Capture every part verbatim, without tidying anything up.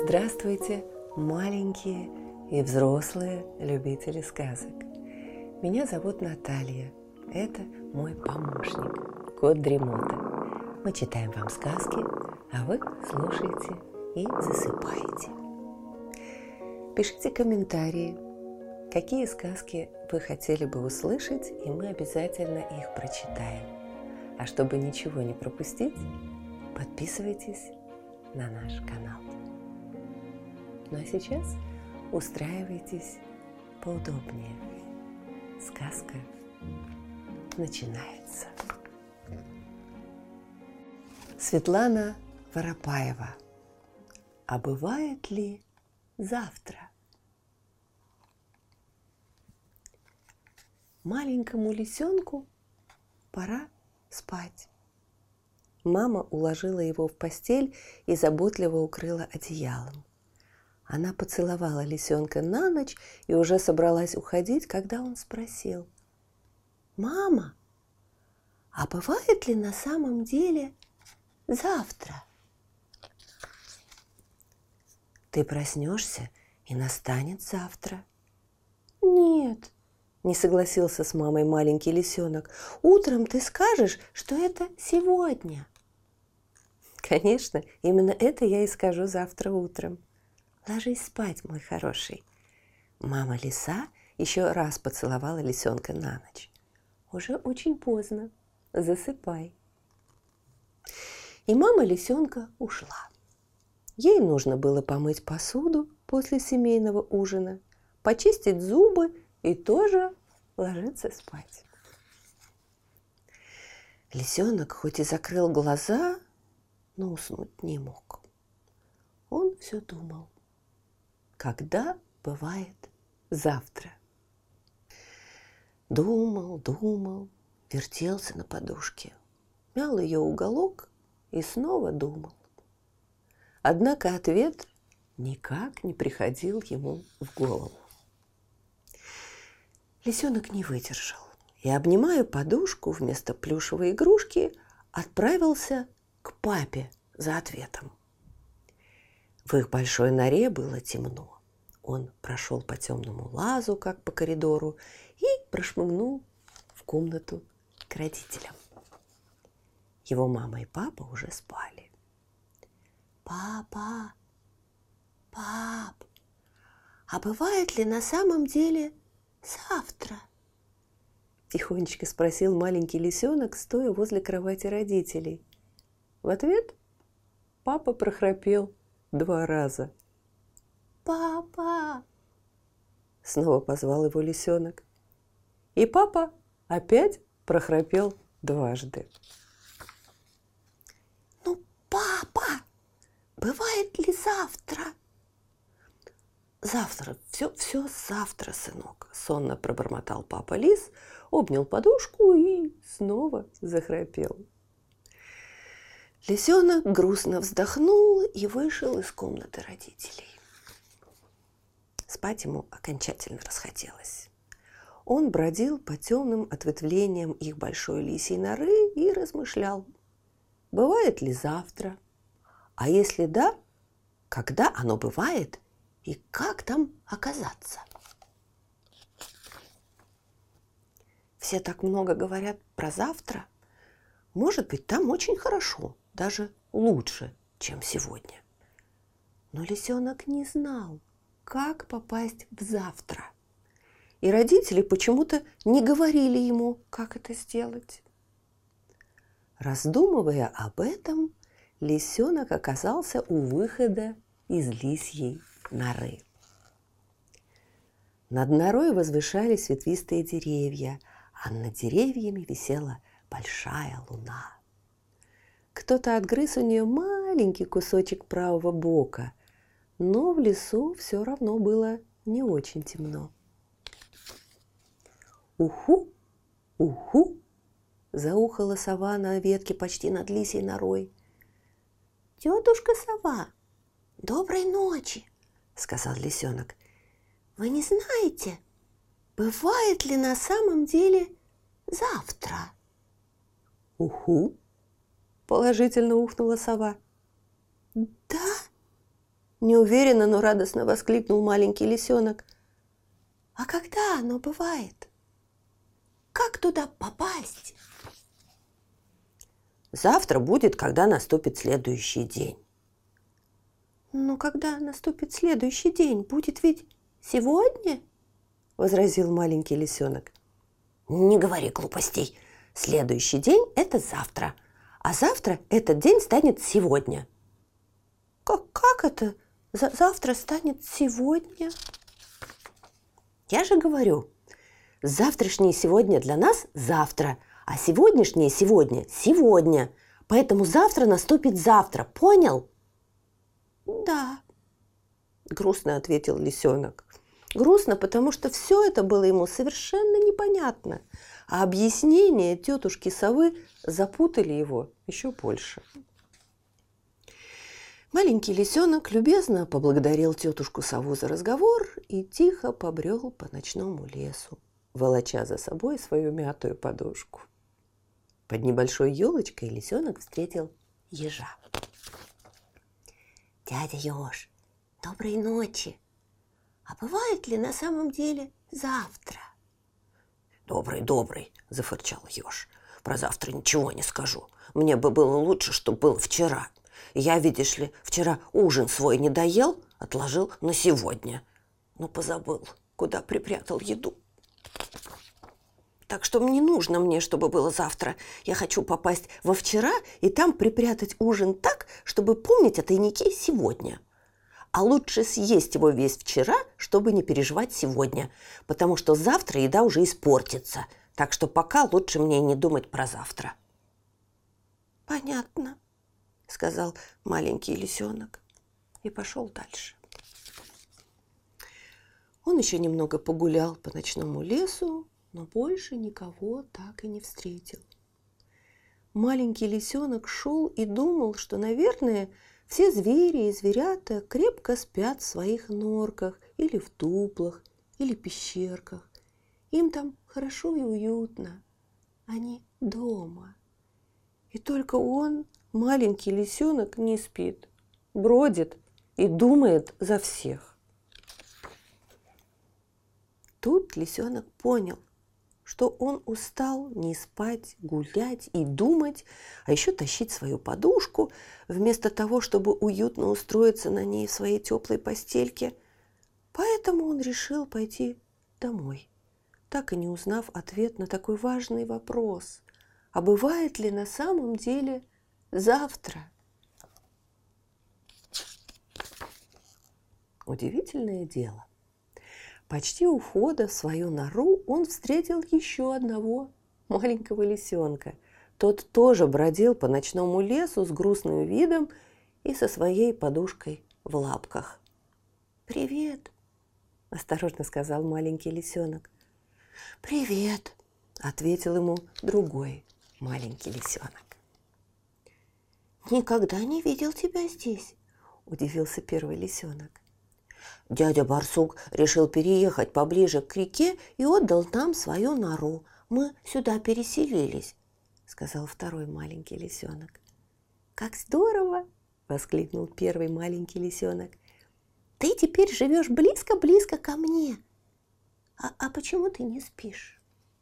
Здравствуйте, маленькие и взрослые любители сказок. Меня зовут Наталья. Это мой помощник, кот Дремота. Мы читаем вам сказки, а вы слушаете и засыпаете. Пишите комментарии, какие сказки вы хотели бы услышать, и мы обязательно их прочитаем. А чтобы ничего не пропустить, подписывайтесь на наш канал. Ну а сейчас устраивайтесь поудобнее. Сказка начинается. Светлана Воропаева. А бывает ли завтра? Маленькому лисенку пора спать. Мама уложила его в постель и заботливо укрыла одеялом. Она поцеловала лисенка на ночь и уже собралась уходить, когда он спросил: «Мама, а бывает ли на самом деле завтра?» «Ты проснешься, и настанет завтра». «Нет», — не согласился с мамой маленький лисенок, «утром ты скажешь, что это сегодня». «Конечно, именно это я и скажу завтра утром. Ложись спать, мой хороший». Мама лиса еще раз поцеловала лисенка на ночь. «Уже очень поздно. Засыпай». И мама лисенка ушла. Ей нужно было помыть посуду после семейного ужина, почистить зубы и тоже ложиться спать. Лисенок хоть и закрыл глаза, но уснуть не мог. Он все думал: когда бывает завтра? Думал, думал, вертелся на подушке, мял ее уголок и снова думал. Однако ответ никак не приходил ему в голову. Лисенок не выдержал и, обнимая подушку, вместо плюшевой игрушки отправился к папе за ответом. В их большой норе было темно. Он прошел по темному лазу, как по коридору, и прошмыгнул в комнату к родителям. Его мама и папа уже спали. «Папа, пап, а бывает ли на самом деле завтра?» Тихонечко спросил маленький лисенок, стоя возле кровати родителей. В ответ папа прохрапел два раза. «Папа!» Снова позвал его лисенок. И папа опять прохрапел дважды. «Ну, папа, бывает ли завтра?» «Завтра, все, все завтра, сынок», — сонно пробормотал папа лис, обнял подушку и снова захрапел. Лисенок грустно вздохнул и вышел из комнаты родителей. Спать ему окончательно расхотелось. Он бродил по темным ответвлениям их большой лисьей норы и размышлял: бывает ли завтра? А если да, когда оно бывает и как там оказаться? Все так много говорят про завтра. Может быть, там очень хорошо, даже лучше, чем сегодня. Но лисенок не знал, как попасть в завтра. И родители почему-то не говорили ему, как это сделать. Раздумывая об этом, лисенок оказался у выхода из лисьей норы. Над норой возвышались ветвистые деревья, а над деревьями висела большая луна. Кто-то отгрыз у нее маленький кусочек правого бока, но в лесу все равно было не очень темно. «Уху! Уху!» – заухала сова на ветке почти над лисьей норой. «Тетушка сова, доброй ночи!» – сказал лисенок. «Вы не знаете, бывает ли на самом деле завтра?» «Уху!» – положительно ухнула сова. «Да? Неуверенно, но радостно воскликнул маленький лисенок. А когда оно бывает? Как туда попасть? Завтра будет, когда наступит следующий день. Но когда наступит следующий день, будет ведь сегодня? Возразил маленький лисенок. Не говори глупостей. Следующий день – это завтра, а завтра этот день станет сегодня. Как, как это За- завтра станет сегодня? Я же говорю, завтрашнее сегодня для нас завтра, а сегодняшнее сегодня сегодня. Поэтому завтра наступит завтра, понял? Да, грустно ответил лисенок. Грустно, потому что все это было ему совершенно непонятно, а объяснения тетушки совы запутали его еще больше. Маленький лисенок любезно поблагодарил тетушку сову за разговор и тихо побрел по ночному лесу, волоча за собой свою мятую подушку. Под небольшой елочкой лисенок встретил ежа. «Дядя Еж, доброй ночи! А бывает ли на самом деле завтра?» «Добрый, добрый!» – зафырчал еж. «Про завтра ничего не скажу. Мне бы было лучше, чтобы было вчера. Я, видишь ли, вчера ужин свой не доел, отложил на сегодня. Но позабыл, куда припрятал еду. Так что не нужно мне, чтобы было завтра. Я хочу попасть во вчера и там припрятать ужин так, чтобы помнить о тайнике сегодня. А лучше съесть его весь вчера, чтобы не переживать сегодня, потому что завтра еда уже испортится. Так что пока лучше мне не думать про завтра». «Понятно», — сказал маленький лисенок и пошел дальше. Он еще немного погулял по ночному лесу, но больше никого так и не встретил. Маленький лисенок шел и думал, что, наверное, все звери и зверята крепко спят в своих норках или в дуплах, или пещерках. Им там хорошо и уютно. Они дома. И только он, маленький лисенок, не спит, бродит и думает за всех. Тут лисенок понял, что он устал не спать, гулять и думать, а еще тащить свою подушку, вместо того, чтобы уютно устроиться на ней в своей теплой постельке. Поэтому он решил пойти домой, так и не узнав ответ на такой важный вопрос: а бывает ли на самом деле завтра? Удивительное дело. Почти у входа в свою нору он встретил еще одного маленького лисенка. Тот тоже бродил по ночному лесу с грустным видом и со своей подушкой в лапках. «Привет», – осторожно сказал маленький лисенок. «Привет», – ответил ему другой маленький лисенок. «Никогда не видел тебя здесь», – удивился первый лисенок. «Дядя Барсук решил переехать поближе к реке и отдал нам свою нору. Мы сюда переселились», — сказал второй маленький лисенок. «Как здорово!» — воскликнул первый маленький лисенок. «Ты теперь живешь близко-близко ко мне. А, а почему ты не спишь?»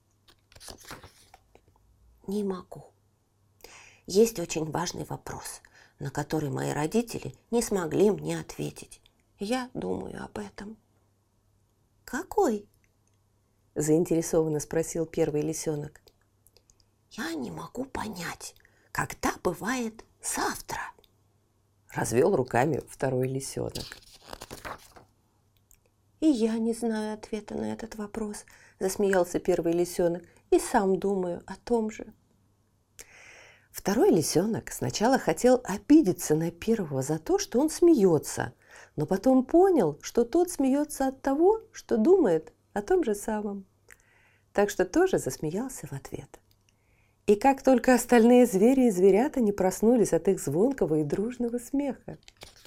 «Не могу. Есть очень важный вопрос, на который мои родители не смогли мне ответить. Я думаю об этом». «Какой?» – заинтересованно спросил первый лисенок. «Я не могу понять, когда бывает завтра», – развел руками второй лисенок. «И я не знаю ответа на этот вопрос», – засмеялся первый лисенок, – «и сам думаю о том же». Второй лисенок сначала хотел обидеться на первого за то, что он смеется, но потом понял, что тот смеется от того, что думает о том же самом. Так что тоже засмеялся в ответ. И как только остальные звери и зверята не проснулись от их звонкого и дружного смеха.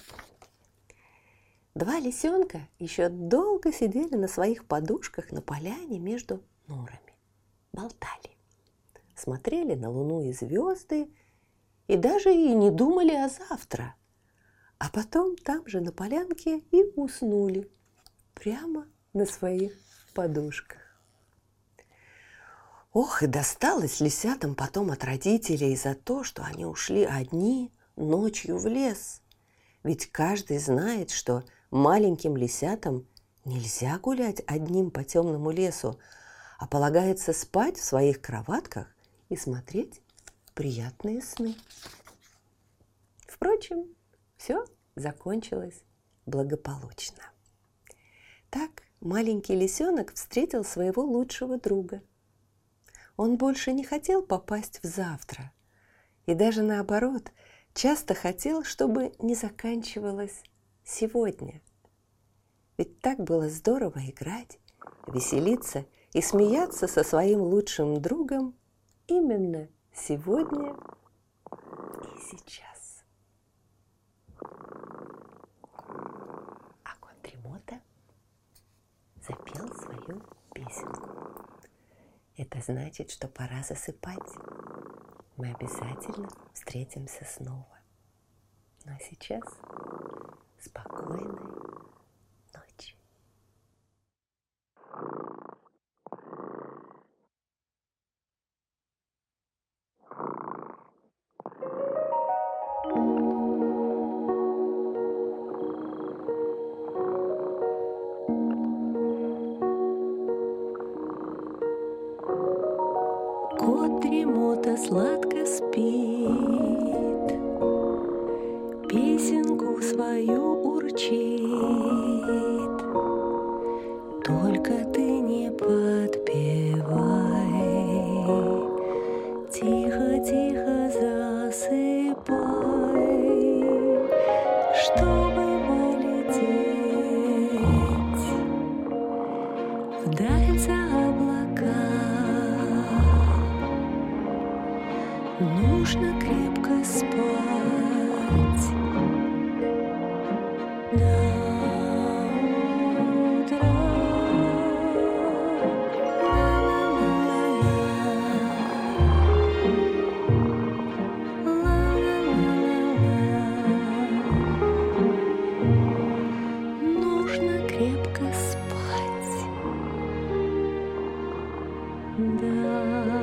Два лисенка еще долго сидели на своих подушках на поляне между норами, болтали, смотрели на луну и звезды и даже и не думали о завтра. а потом там же на полянке и уснули прямо на своих подушках. Ох, и досталось лисятам потом от родителей за то, что они ушли одни ночью в лес. Ведь каждый знает, что маленьким лисятам нельзя гулять одним по темному лесу, а полагается спать в своих кроватках и смотреть приятные сны. Впрочем, все закончилось благополучно. Так маленький лисенок встретил своего лучшего друга. Он больше не хотел попасть в завтра, и даже наоборот, часто хотел, чтобы не заканчивалось сегодня. Ведь так было здорово играть, веселиться и смеяться со своим лучшим другом именно сегодня и сейчас. А кот Дремота запел свою песенку. Это значит, что пора засыпать. Мы обязательно встретимся снова. Ну а сейчас спокойной ночи. Кот Дремота сладко спит, песенку свою урчит. Только ты не подпевай, тихо-тихо засыпай, чтобы полететь вдаль за облака. Нужно крепко спать до утра. Нужно крепко спать до